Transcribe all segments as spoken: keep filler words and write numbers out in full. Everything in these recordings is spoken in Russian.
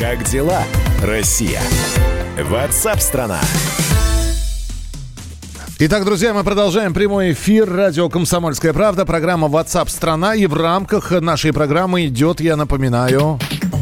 Как дела, Россия? WhatsApp-страна. Итак, друзья, мы продолжаем прямой эфир. Радио «Комсомольская правда». Программа WhatsApp страна. И в рамках нашей программы идет, я напоминаю...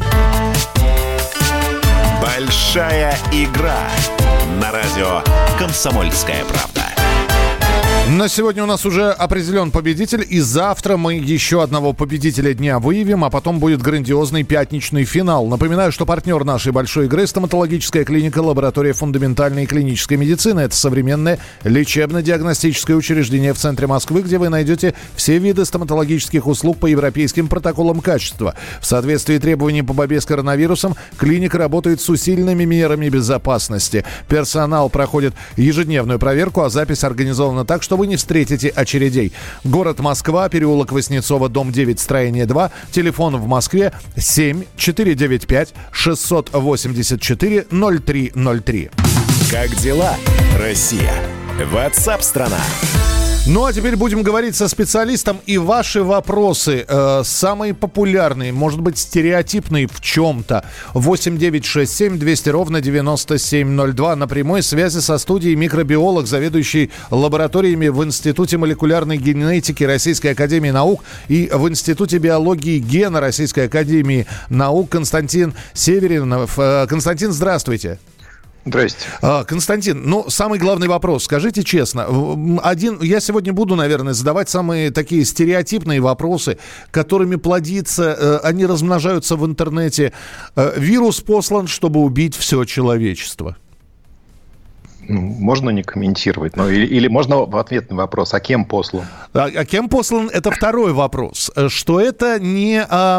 Большая игра на радио «Комсомольская правда». На сегодня у нас уже определен победитель, и завтра мы еще одного победителя дня выявим, а потом будет грандиозный пятничный финал. Напоминаю, что партнер нашей большой игры — стоматологическая клиника «Лаборатория фундаментальной и клинической медицины». Это современное лечебно-диагностическое учреждение в центре Москвы, где вы найдете все виды стоматологических услуг по европейским протоколам качества. В соответствии требований по борьбе с коронавирусом клиника работает с усиленными мерами безопасности. Персонал проходит ежедневную проверку, а запись организована так, что вы не встретите очередей. Город Москва, переулок Васнецова, дом девять, строение два. Телефон в Москве семь четыре девять пять шесть восемь четыре ноль три ноль три. Как дела, Россия? WhatsApp-страна. Ну, а теперь будем говорить со специалистом. И ваши вопросы, э, самые популярные, может быть, стереотипные в чем-то. восемь девятьсот шестьдесят семь двести ровно девяносто семь ноль два. На прямой связи со студией микробиолог, заведующий лабораториями в Институте молекулярной генетики Российской академии наук и в Институте биологии гена Российской академии наук Константин Северинов. Константин, здравствуйте. Здрасте. Константин, ну, самый главный вопрос. Скажите честно, один, я сегодня буду, наверное, задавать самые такие стереотипные вопросы, которыми плодится, они размножаются в интернете. Вирус послан, чтобы убить все человечество. Ну, можно не комментировать, но или, или можно в ответ на вопрос, а кем послан? А, а кем послан, это второй вопрос. Что это не, а,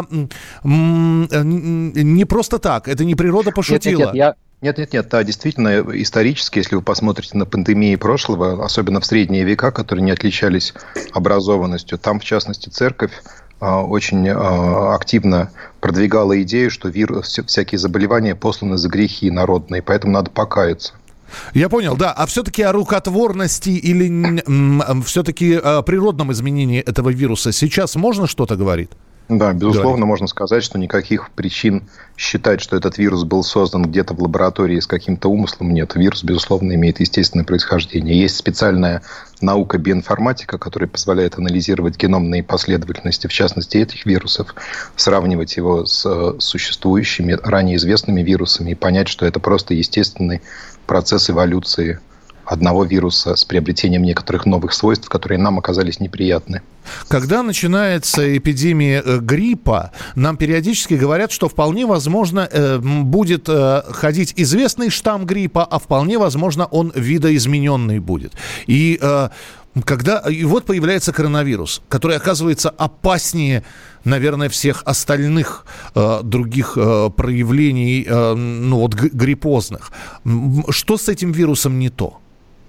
не просто так, это не природа пошутила. Нет, нет, нет, я... Нет, нет, нет, да, действительно, исторически, если вы посмотрите на пандемии прошлого, особенно в средние века, которые не отличались образованностью, там, в частности, церковь а, очень а, активно продвигала идею, что вирус, всякие заболевания посланы за грехи народные, поэтому надо покаяться. Я понял, да. А все-таки о рукотворности или м- все-таки о природном изменении этого вируса сейчас можно что-то говорить? Да, безусловно, Говорит. Можно сказать, что никаких причин считать, что этот вирус был создан где-то в лаборатории с каким-то умыслом, нет. Вирус, безусловно, имеет естественное происхождение. Есть специальная наука биоинформатика, которая позволяет анализировать геномные последовательности, в частности, этих вирусов, сравнивать его с существующими, ранее известными вирусами и понять, что это просто естественный процесс эволюции одного вируса с приобретением некоторых новых свойств, которые нам оказались неприятны. Когда начинается эпидемия гриппа, нам периодически говорят, что вполне возможно э, будет э, ходить известный штамм гриппа, а вполне возможно он видоизмененный будет. И э, когда и вот появляется коронавирус, который оказывается опаснее, наверное, всех остальных э, других э, проявлений, э, ну вот г- гриппозных. Что с этим вирусом не то?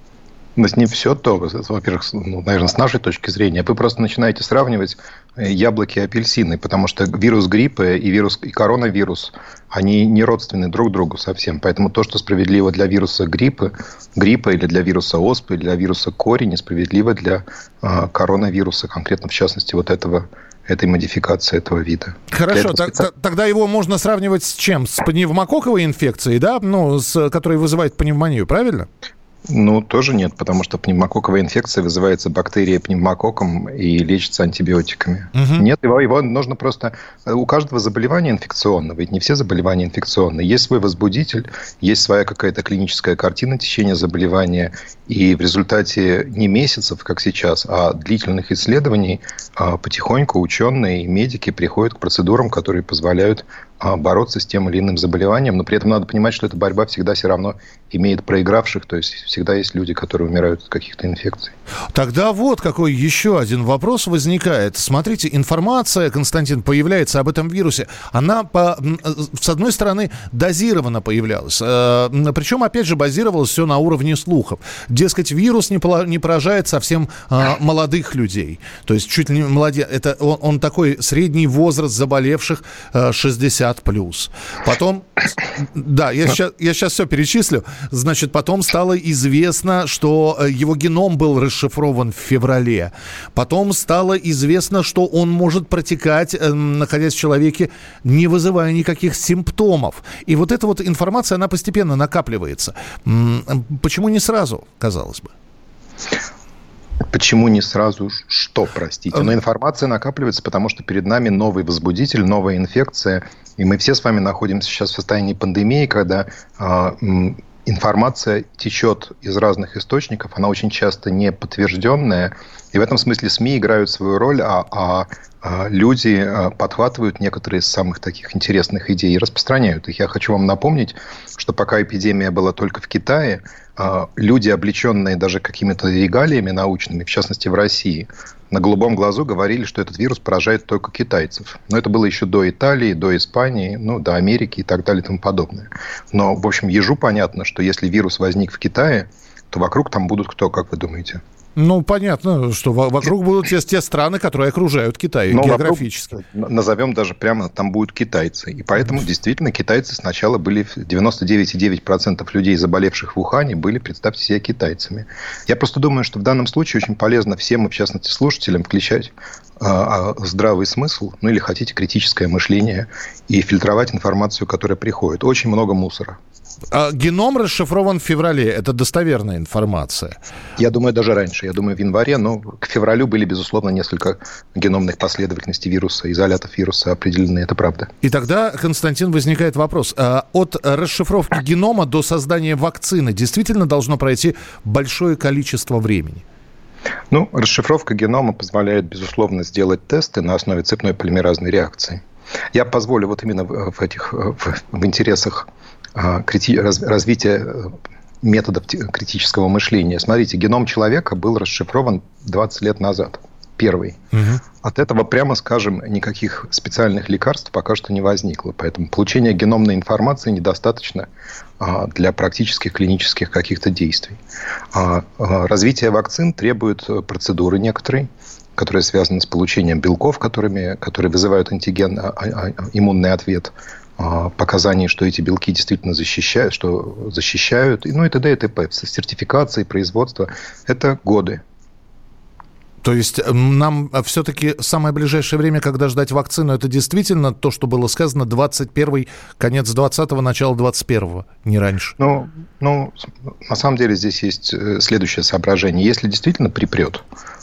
Но с ним все то, во-первых, ну, наверное, с нашей точки зрения, вы просто начинаете сравнивать яблоки и апельсины, потому что вирус гриппа и вирус и коронавирус, они не родственны друг другу совсем. Поэтому то, что справедливо для вируса гриппа, гриппа или для вируса оспы, или для вируса кори, несправедливо для э, коронавируса, конкретно в частности вот этого, этой модификации этого вида. Хорошо, специ... т- тогда его можно сравнивать с чем? С пневмококковой инфекцией, да? Ну, с, которая вызывает пневмонию, правильно? Ну, тоже нет, потому что пневмококковая инфекция вызывается бактерией пневмококком и лечится антибиотиками. Угу. Нет, его, его нужно просто... У каждого заболевания инфекционного, ведь не все заболевания инфекционные. Есть свой возбудитель, есть своя какая-то клиническая картина течения заболевания, и в результате не месяцев, как сейчас, а длительных исследований потихоньку ученые и медики приходят к процедурам, которые позволяют бороться с тем или иным заболеванием, но при этом надо понимать, что эта борьба всегда все равно имеет проигравших, то есть всегда есть люди, которые умирают от каких-то инфекций. Тогда вот какой еще один вопрос возникает. Смотрите, информация, Константин, появляется об этом вирусе. Она, по, с одной стороны, дозированно появлялась. Причем, опять же, базировалось все на уровне слухов. Дескать, вирус не, не поражает совсем молодых людей. То есть чуть ли не молодец. Это он, он такой средний возраст заболевших шестьдесят шестьдесят плюс. Потом, да, я сейчас, я сейчас все перечислю. Значит, потом стало известно, что его геном был расшифрован в феврале. Потом стало известно, что он может протекать, находясь в человеке, не вызывая никаких симптомов. И вот эта вот информация, она постепенно накапливается. Почему не сразу, казалось бы? Почему не сразу что, простите? Но информация накапливается, потому что перед нами новый возбудитель, новая инфекция. И мы все с вами находимся сейчас в состоянии пандемии, когда э, информация течет из разных источников, она очень часто не подтвержденная. И в этом смысле СМИ играют свою роль, а, а, а люди подхватывают некоторые из самых таких интересных идей и распространяют их. Я хочу вам напомнить, что пока эпидемия была только в Китае, люди, облеченные даже какими-то регалиями научными, в частности в России, на голубом глазу говорили, что этот вирус поражает только китайцев. Но это было еще до Италии, до Испании, ну, до Америки и так далее и тому подобное. Но, в общем, ежу понятно, что если вирус возник в Китае, то вокруг там будут кто, как вы думаете? Ну, понятно, что вокруг будут те, те страны, которые окружают Китай, но географически. Вокруг, назовем даже прямо, там будут китайцы. И поэтому, действительно, китайцы сначала были... девяносто девять целых девять десятых процента людей, заболевших в Ухане, были, представьте себе, китайцами. Я просто думаю, что в данном случае очень полезно всем, и в частности слушателям, включать э, здравый смысл, ну или хотите, критическое мышление, и фильтровать информацию, которая приходит. Очень много мусора. А геном расшифрован в феврале. Это достоверная информация. Я думаю, даже раньше. Я думаю, в январе. Но к февралю были, безусловно, несколько геномных последовательностей вируса, изолятов вируса определены. Это правда. И тогда, Константин, возникает вопрос. От расшифровки генома до создания вакцины действительно должно пройти большое количество времени? Ну, расшифровка генома позволяет, безусловно, сделать тесты на основе цепной полимеразной реакции. Я позволю вот именно в этих в, в интересах развития методов критического мышления. Смотрите, геном человека был расшифрован двадцать лет назад. Первый. Угу. От этого, прямо скажем, никаких специальных лекарств пока что не возникло. Поэтому получение геномной информации недостаточно для практических клинических каких-то действий. Развитие вакцин требует процедуры некоторой, которые связаны с получением белков, которыми, которые вызывают антиген, иммунный ответ, показаний, что эти белки действительно защищают, что защищают, ну и т.д. и т.п. Сертификации, производства – это годы. То есть нам все-таки самое ближайшее время, когда ждать вакцину, это действительно то, что было сказано, двадцать первый, конец двадцатого, начало двадцать первого, не раньше? Ну, ну, на самом деле здесь есть следующее соображение. Если действительно припрет,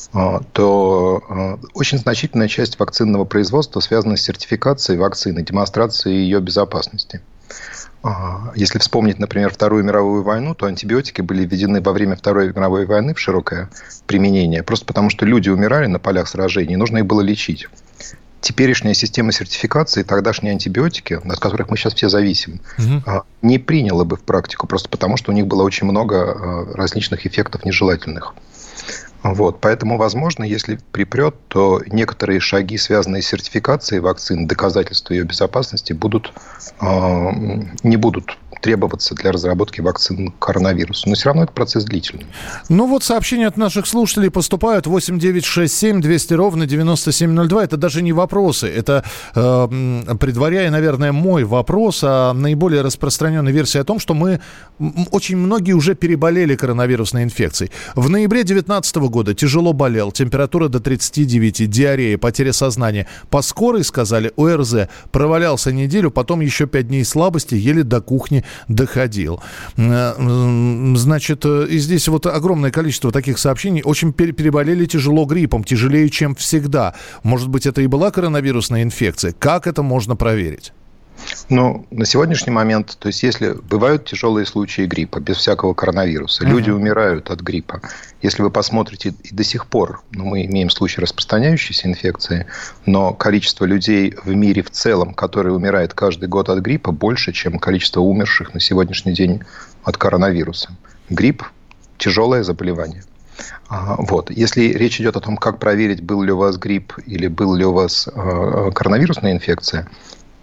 то очень значительная часть вакцинного производства связана с сертификацией вакцины, демонстрацией ее безопасности. Если вспомнить, например, Вторую мировую войну, то антибиотики были введены во время Второй мировой войны в широкое применение, просто потому что люди умирали на полях сражений, и нужно их было лечить. Теперешняя система сертификации, тогдашние антибиотики, от которых мы сейчас все зависим, угу. не приняла бы в практику, просто потому что у них было очень много различных эффектов нежелательных. Вот. Поэтому, возможно, если припрет, то некоторые шаги, связанные с сертификацией вакцин, доказательства ее безопасности, будут, э, не будут требоваться для разработки вакцин к коронавирусу. Но все равно это процесс длительный. Ну вот сообщения от наших слушателей поступают. восемь девятьсот шестьдесят семь двести ровно девяносто семь ноль два. Это даже не вопросы. Это, э, предваряя, наверное, мой вопрос, а наиболее распространенная версия о том, что мы, очень многие уже переболели коронавирусной инфекцией. В ноябре две тысячи девятнадцатого года тяжело болел, температура до тридцати девяти, диарея, потеря сознания. По скорой, сказали, ОРЗ. Провалялся неделю, потом еще пять дней слабости, еле до кухни доходил. Значит, и здесь вот огромное количество таких сообщений. Очень переболели тяжело гриппом, тяжелее, чем всегда. Может быть, это и была коронавирусная инфекция? Как это можно проверить? Ну, на сегодняшний момент, то есть, если бывают тяжелые случаи гриппа, без всякого коронавируса, uh-huh. люди умирают от гриппа. Если вы посмотрите, и до сих пор, ну, мы имеем случаи распространяющейся инфекции, но количество людей в мире в целом, которые умирают каждый год от гриппа, больше, чем количество умерших на сегодняшний день от коронавируса. Грипп – тяжелое заболевание. Вот. Если речь идет о том, как проверить, был ли у вас грипп или был ли у вас коронавирусная инфекция,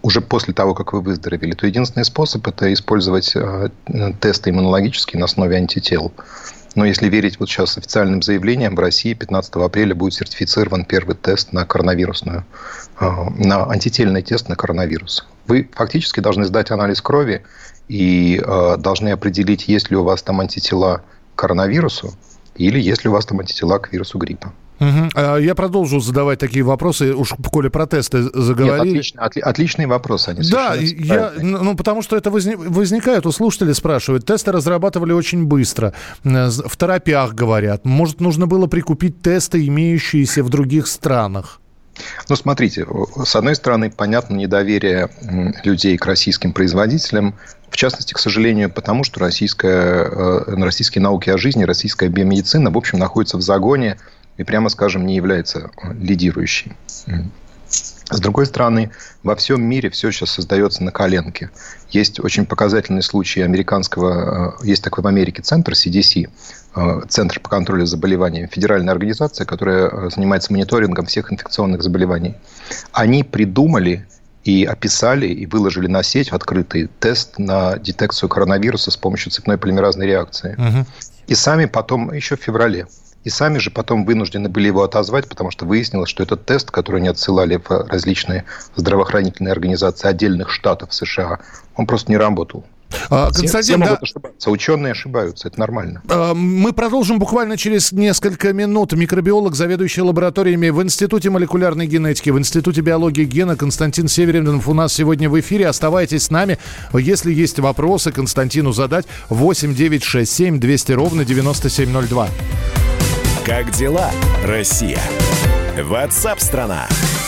уже после того, как вы выздоровели, то единственный способ – это использовать тесты иммунологические на основе антител. Но если верить вот сейчас официальным заявлениям, в России пятнадцатого апреля будет сертифицирован первый тест на коронавирусную, на антительный тест на коронавирус. Вы фактически должны сдать анализ крови и должны определить, есть ли у вас там антитела к коронавирусу или есть ли у вас там антитела к вирусу гриппа. Угу. Я продолжу задавать такие вопросы, уж коли про тесты заговорили. Нет, отлично, отли, отличные вопросы. Они да, я, ну, потому что это возник, возникает, у слушателей спрашивают, тесты разрабатывали очень быстро, в торопях говорят, может, нужно было прикупить тесты, имеющиеся в других странах? Ну, смотрите, с одной стороны, понятно недоверие людей к российским производителям, в частности, к сожалению, потому что российская, российские науки о жизни, российская биомедицина, в общем, находится в загоне и, прямо скажем, не является лидирующей. С другой стороны, во всем мире все сейчас создается на коленке. Есть очень показательный случай американского, есть такой в Америке центр си ди си, Центр по контролю за заболеваниями, федеральная организация, которая занимается мониторингом всех инфекционных заболеваний. Они придумали и описали, и выложили на сеть в открытый тест на детекцию коронавируса с помощью цепной полимеразной реакции. Угу. И сами потом, еще в феврале, и сами же потом вынуждены были его отозвать, потому что выяснилось, что этот тест, который они отсылали в различные здравоохранительные организации отдельных штатов США, он просто не работал. А, все, Константин, все могут да, ошибаться. Ученые ошибаются, это нормально. Мы продолжим буквально через несколько минут. Микробиолог, заведующий лабораториями в Институте молекулярной генетики, в Институте биологии гена Константин Северинов у нас сегодня в эфире. Оставайтесь с нами. Если есть вопросы Константину задать, восемь девятьсот шестьдесят семь двести ровно девяносто семь ноль два. Как дела, Россия? Ватсап-страна!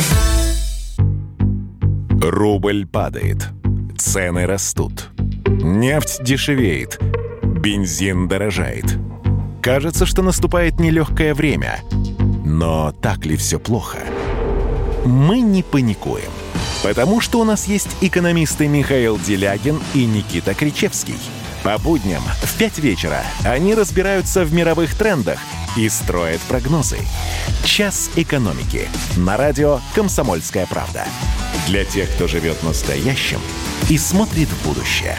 Рубль падает. Цены растут. Нефть дешевеет. Бензин дорожает. Кажется, что наступает нелегкое время. Но так ли все плохо? Мы не паникуем. Потому что у нас есть экономисты Михаил Делягин и Никита Кричевский. По будням в пять вечера они разбираются в мировых трендах и строят прогнозы. «Час экономики» на радио «Комсомольская правда». Для тех, кто живет настоящим и смотрит в будущее.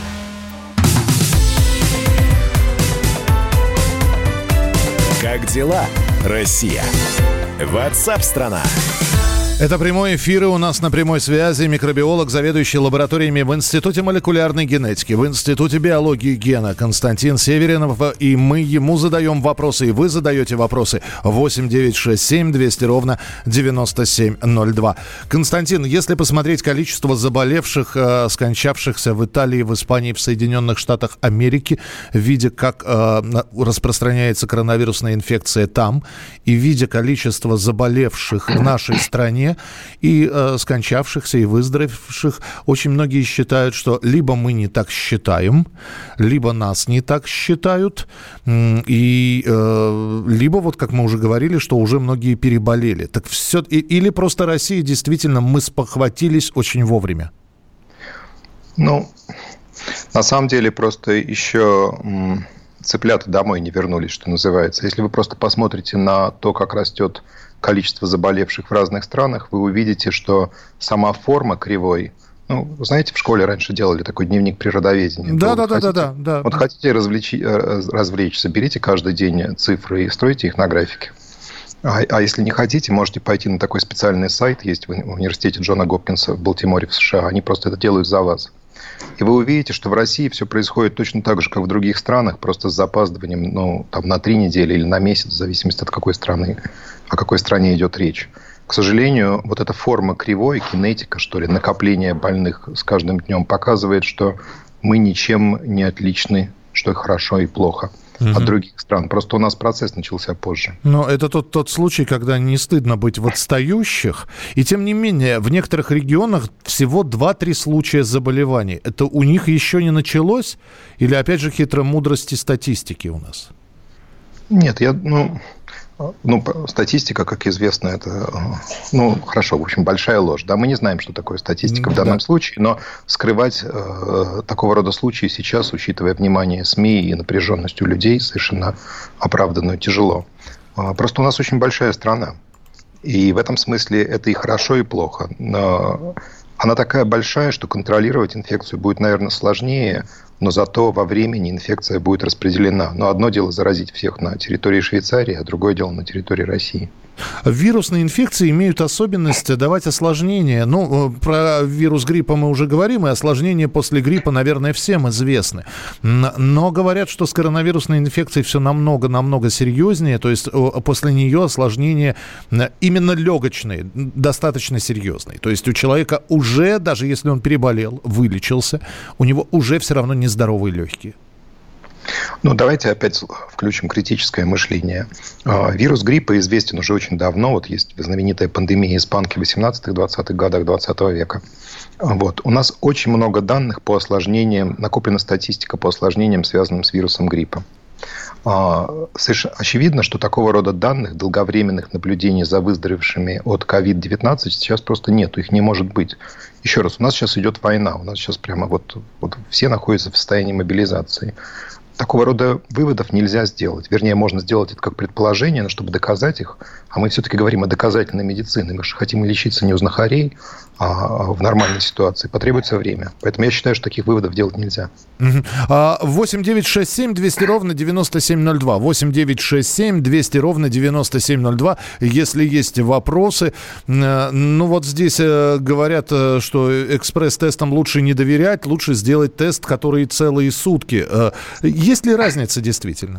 Как дела, Россия? Ватсап-страна! Это прямой эфир, и у нас на прямой связи микробиолог, заведующий лабораториями в Институте молекулярной генетики, в Институте биологии гена Константин Северинов, и мы ему задаем вопросы, и вы задаете вопросы. восемь девятьсот шестьдесят семь двести ровно девяносто семь ноль два. Константин, если посмотреть количество заболевших, э, скончавшихся в Италии, в Испании, в Соединенных Штатах Америки, видя, как э, распространяется коронавирусная инфекция там, и видя количество заболевших в нашей стране, и э, скончавшихся, и выздоровевших, очень многие считают, что либо мы не так считаем, либо нас не так считают, и э, либо, вот как мы уже говорили, что уже многие переболели. Так все, и, или просто Россия, действительно, мы спохватились очень вовремя? Ну, на самом деле, просто еще м, цыплята домой не вернулись, что называется. Если вы просто посмотрите на то, как растет количество заболевших в разных странах, вы увидите, что сама форма кривой, ну, вы знаете, в школе раньше делали такой дневник природоведения. Да, да, да, да, да, да. Вот хотите развлечь, развлечься, берите каждый день цифры и стройте их на графике. А, а если не хотите, можете пойти на такой специальный сайт, есть в университете Джона Гопкинса в Балтиморе в США, они просто это делают за вас. И вы увидите, что в России все происходит точно так же, как в других странах, просто с запаздыванием, ну, там, на три недели или на месяц, в зависимости от какой страны, о какой стране идет речь. К сожалению, вот эта форма кривой, кинетика, что ли, накопление больных с каждым днем показывает, что мы ничем не отличны, что и хорошо, и плохо угу. от других стран. Просто у нас процесс начался позже. Но это тот, тот случай, когда не стыдно быть в отстающих. И тем не менее, в некоторых регионах всего два-три случая заболеваний. Это у них еще не началось? Или, опять же, хитромудрости статистики у нас? Нет, я... ну... Ну, статистика, как известно, это, ну, хорошо, в общем, большая ложь. Да, мы не знаем, что такое статистика в данном да. случае, но скрывать э, такого рода случаи сейчас, учитывая внимание СМИ и напряженность у людей, совершенно оправданно тяжело. Просто у нас очень большая страна. И в этом смысле это и хорошо, и плохо. Но Она такая большая, что контролировать инфекцию будет, наверное, сложнее, но зато во времени инфекция будет распределена. Но одно дело заразить всех на территории Швейцарии, а другое дело на территории России. Вирусные инфекции имеют особенность давать осложнения. Ну, про вирус гриппа мы уже говорим, и осложнения после гриппа, наверное, всем известны. Но говорят, что с коронавирусной инфекцией все намного-намного серьезнее. То есть после нее осложнения именно легочные, достаточно серьезные. То есть у человека уже, даже если он переболел, вылечился, у него уже все равно нездоровые легкие. Ну, давайте опять включим критическое мышление. Вирус гриппа известен уже очень давно. Вот есть знаменитая пандемия испанки в восемнадцатых-двадцатых годах двадцатого века. Вот. У нас очень много данных по осложнениям, накоплена статистика по осложнениям, связанным с вирусом гриппа. Совершенно очевидно, что такого рода данных, долговременных наблюдений за выздоровевшими от ковид девятнадцать сейчас просто нету, их не может быть. Еще раз, у нас сейчас идет война, у нас сейчас прямо вот, вот все находятся в состоянии мобилизации. Такого рода выводов нельзя сделать. Вернее, можно сделать это как предположение, но чтобы доказать их, а мы все-таки говорим о доказательной медицине. Мы же хотим лечиться не у знахарей, а в нормальной ситуации. Потребуется время. Поэтому я считаю, что таких выводов делать нельзя. восемь девятьсот шестьдесят семь двести ровно девяносто семь ноль два. восемь девятьсот шестьдесят семь двести ровно девяносто семь ноль два. Если есть вопросы. Ну вот здесь говорят, что экспресс-тестам лучше не доверять, лучше сделать тест, который целые сутки. Есть ли разница действительно?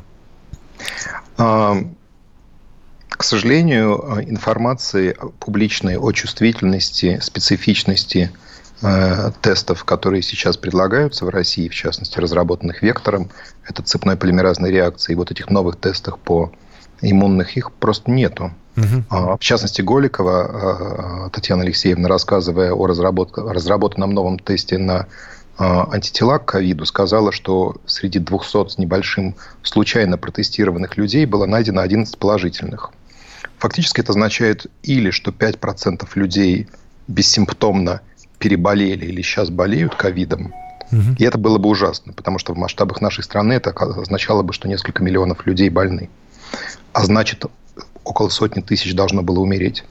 К сожалению, информации публичной о чувствительности, специфичности э, тестов, которые сейчас предлагаются в России, в частности, разработанных Вектором, это цепной полимеразной реакции, и вот этих новых тестов по иммунных, их просто нету. Uh-huh. В частности, Голикова Татьяна Алексеевна, рассказывая о разработанном новом тесте на антитела к ковиду, сказала, что среди двухсот с небольшим случайно протестированных людей было найдено одиннадцать положительных. Фактически это означает или что пять процентов людей бессимптомно переболели или сейчас болеют ковидом, uh-huh. и это было бы ужасно, потому что в масштабах нашей страны это означало бы, что несколько миллионов людей больны. А значит, около сотни тысяч должно было умереть.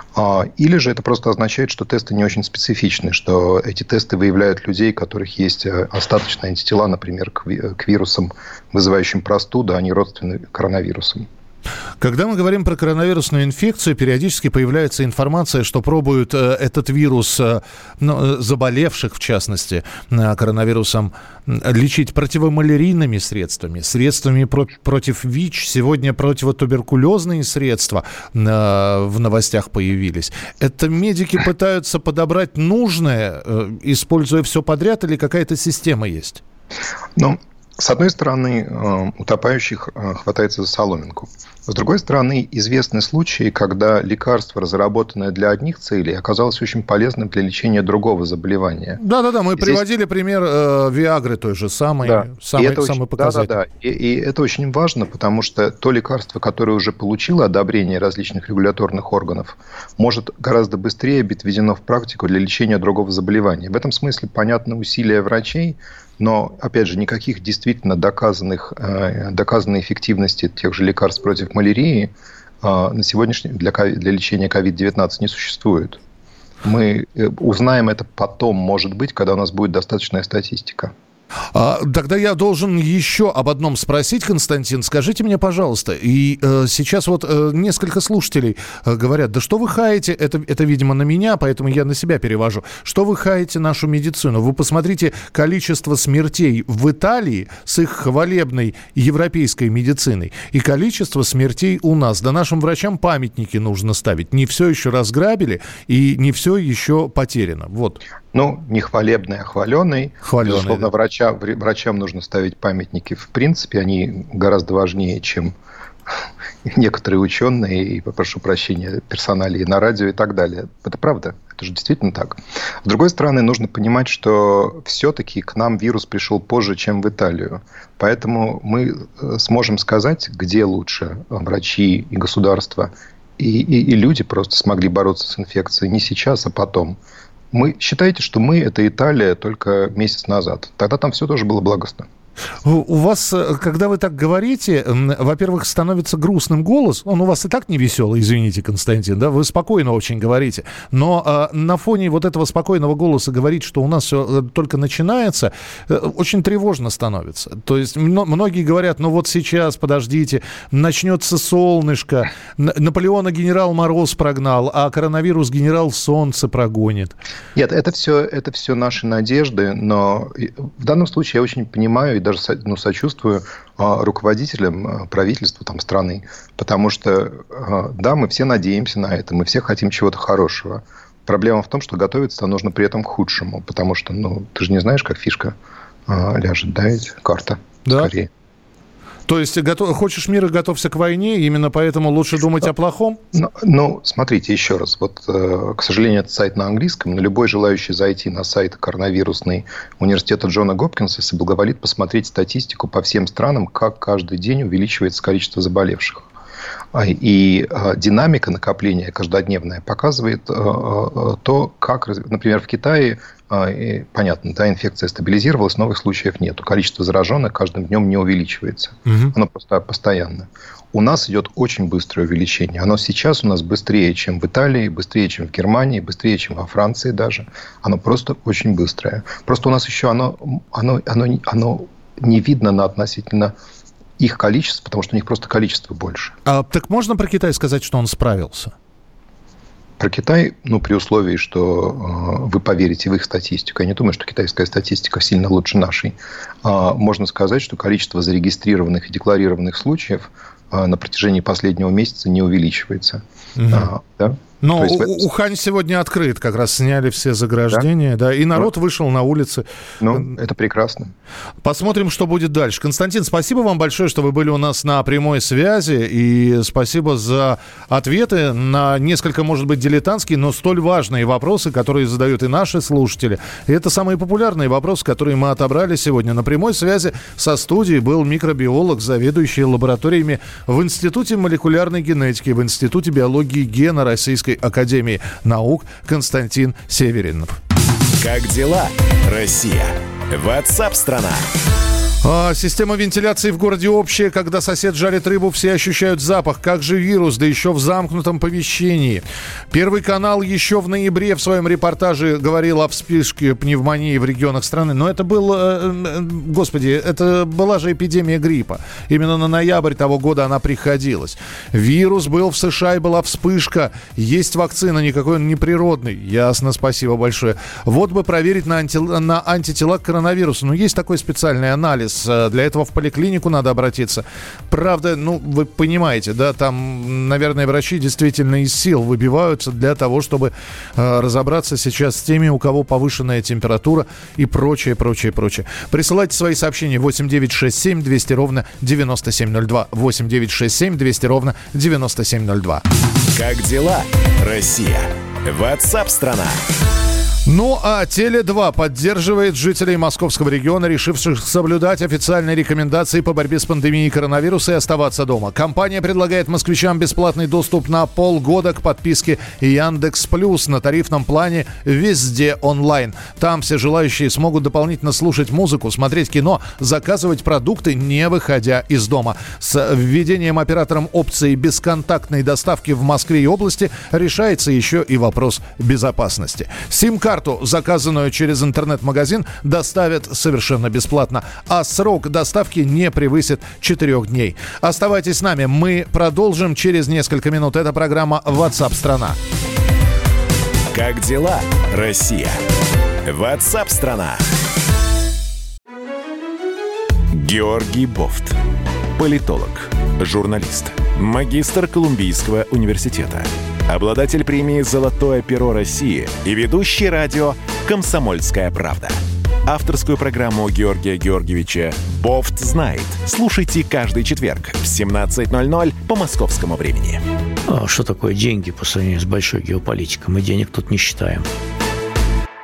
Или же это просто означает, что тесты не очень специфичны, что эти тесты выявляют людей, у которых есть остаточные антитела, например, к вирусам, вызывающим простуду, а не родственны коронавирусам. Когда мы говорим про коронавирусную инфекцию, периодически появляется информация, что пробуют э, этот вирус, э, ну, заболевших, в частности, э, коронавирусом, э, лечить противомалярийными средствами, средствами про- против ВИЧ. Сегодня противотуберкулезные средства э, в новостях появились. Это медики пытаются подобрать нужное, э, используя все подряд, или какая-то система есть? Ну, с одной стороны, утопающих хватается за соломинку. С другой стороны, известны случаи, когда лекарство, разработанное для одних целей, оказалось очень полезным для лечения другого заболевания. Да-да-да, мы Здесь... приводили пример э, Виагры той же самой, да. самый, это самый очень... показательный. Да-да-да, и, и это очень важно, потому что то лекарство, которое уже получило одобрение различных регуляторных органов, может гораздо быстрее быть введено в практику для лечения другого заболевания. В этом смысле понятны усилия врачей, но, опять же, никаких действительно доказанных, доказанной эффективности тех же лекарств против малярии на сегодняшний для, для лечения ковид девятнадцать не существует. Мы узнаем это потом, может быть, когда у нас будет достаточная статистика. А, тогда я должен еще об одном спросить, Константин. Скажите мне, пожалуйста, и э, сейчас вот э, несколько слушателей э, говорят, да что вы хаете, это, это, видимо, на меня, поэтому я на себя перевожу, что вы хаете нашу медицину? Вы посмотрите количество смертей в Италии с их хвалебной европейской медициной и количество смертей у нас. Да нашим врачам памятники нужно ставить. Не все еще разграбили и не все еще потеряно. Вот. Ну, не хвалебный, а хваленый. Хваленый, безусловно, да. врача, врачам нужно ставить памятники. В принципе, они гораздо важнее, чем некоторые ученые, и, попрошу прощения, персоналии на радио и так далее. Это правда. Это же действительно так. С другой стороны, нужно понимать, что все-таки к нам вирус пришел позже, чем в Италию. Поэтому мы сможем сказать, где лучше врачи и государство, и, и, и люди просто смогли бороться с инфекцией не сейчас, а потом. Мы считаете, что мы – это Италия только месяц назад. Тогда там все тоже было благостно. У вас, когда вы так говорите, во-первых, становится грустным голос. Он у вас и так не веселый, извините, Константин, да? Вы спокойно очень говорите. Но э, на фоне вот этого спокойного голоса говорить, что у нас все только начинается, э, очень тревожно становится. То есть м- многие говорят, ну вот сейчас, подождите, начнется солнышко, Н- Наполеона генерал Мороз прогнал, а коронавирус генерал Солнце прогонит. Нет, это все, это все наши надежды, но в данном случае я очень понимаю и даже ну, сочувствую руководителям правительства там, страны, потому что, да, мы все надеемся на это, мы все хотим чего-то хорошего. Проблема в том, что готовиться нужно при этом к худшему, потому что, ну, ты же не знаешь, как фишка ляжет, да, ведь карта, да. Скорее. То есть готов, хочешь мира, готовься к войне, именно поэтому лучше думать о плохом? Ну, ну, смотрите, еще раз. Вот, э, к сожалению, это сайт на английском, но любой желающий зайти на сайт коронавирусный университета Джона Гопкинса соблаговолит посмотреть статистику по всем странам, как каждый день увеличивается количество заболевших. И э, динамика накопления каждодневная показывает э, э, то, как, например, в Китае, э, понятно, да, инфекция стабилизировалась, новых случаев нет. Количество зараженных каждым днем не увеличивается. Угу. Оно просто постоянно. У нас идет очень быстрое увеличение. Оно сейчас у нас быстрее, чем в Италии, быстрее, чем в Германии, быстрее, чем во Франции даже. Оно просто очень быстрое. Просто у нас еще оно, оно, оно, оно не видно на относительно их количество, потому что у них просто количество больше. А, так можно про Китай сказать, что он справился? Про Китай, ну, при условии, что э, вы поверите в их статистику. Я не думаю, что китайская статистика сильно лучше нашей. Э, можно сказать, что количество зарегистрированных и декларированных случаев э, на протяжении последнего месяца не увеличивается. Угу. Э, да? Но есть, у- Ухань сегодня открыт, как раз сняли все заграждения, да, да и народ ну, вышел на улицы. Ну, это прекрасно. Посмотрим, что будет дальше. Константин, спасибо вам большое, что вы были у нас на прямой связи, и спасибо за ответы на несколько, может быть, дилетантские, но столь важные вопросы, которые задают и наши слушатели. И это самые популярные вопросы, которые мы отобрали сегодня. На прямой связи со студией был микробиолог, заведующий лабораториями в Институте молекулярной генетики, в Институте биологии гена Российской Академии наук Константин Северинов. Как дела, Россия? WhatsApp-страна. А, система вентиляции в городе общая. Когда сосед жарит рыбу, все ощущают запах. Как же вирус, да еще в замкнутом помещении. Первый канал еще в ноябре в своем репортаже говорил о вспышке пневмонии в регионах страны. Но это был, э, господи, это была же эпидемия гриппа. Именно на ноябрь того года она приходилась. Вирус был в США и была вспышка. Есть вакцина, никакой он не природный. Ясно, спасибо большое. Вот бы проверить на, анти, на антитела к коронавирусу. Но есть такой специальный анализ. Для этого в поликлинику надо обратиться. Правда, ну, вы понимаете, да, там, наверное, врачи действительно из сил выбиваются для того, чтобы э, разобраться сейчас с теми, у кого повышенная температура и прочее, прочее, прочее. Присылайте свои сообщения восемь девятьсот шестьдесят семь двести ровно девяносто семь ноль два. восемь девятьсот шестьдесят семь двести ровно девяносто семь ноль два. Как дела, Россия? WhatsApp-страна. Ну, а Теле два поддерживает жителей московского региона, решивших соблюдать официальные рекомендации по борьбе с пандемией коронавируса и оставаться дома. Компания предлагает москвичам бесплатный доступ на полгода к подписке Яндекс.Плюс на тарифном плане «Везде онлайн». Там все желающие смогут дополнительно слушать музыку, смотреть кино, заказывать продукты, не выходя из дома. С введением оператором опции бесконтактной доставки в Москве и области решается еще и вопрос безопасности. Сим-карта, заказанную через интернет-магазин, доставят совершенно бесплатно, а срок доставки не превысит четырех дней. Оставайтесь с нами, мы продолжим через несколько минут. Это программа WhatsApp-страна. Как дела, Россия? WhatsApp-страна. Георгий Бофт. Политолог, журналист, магистр Колумбийского университета, обладатель премии «Золотое перо России» и ведущий радио «Комсомольская правда». Авторскую программу Георгия Георгиевича «Бофт знает». Слушайте каждый четверг в семнадцать ноль ноль по московскому времени. А что такое деньги по сравнению с большой геополитикой? Мы денег тут не считаем.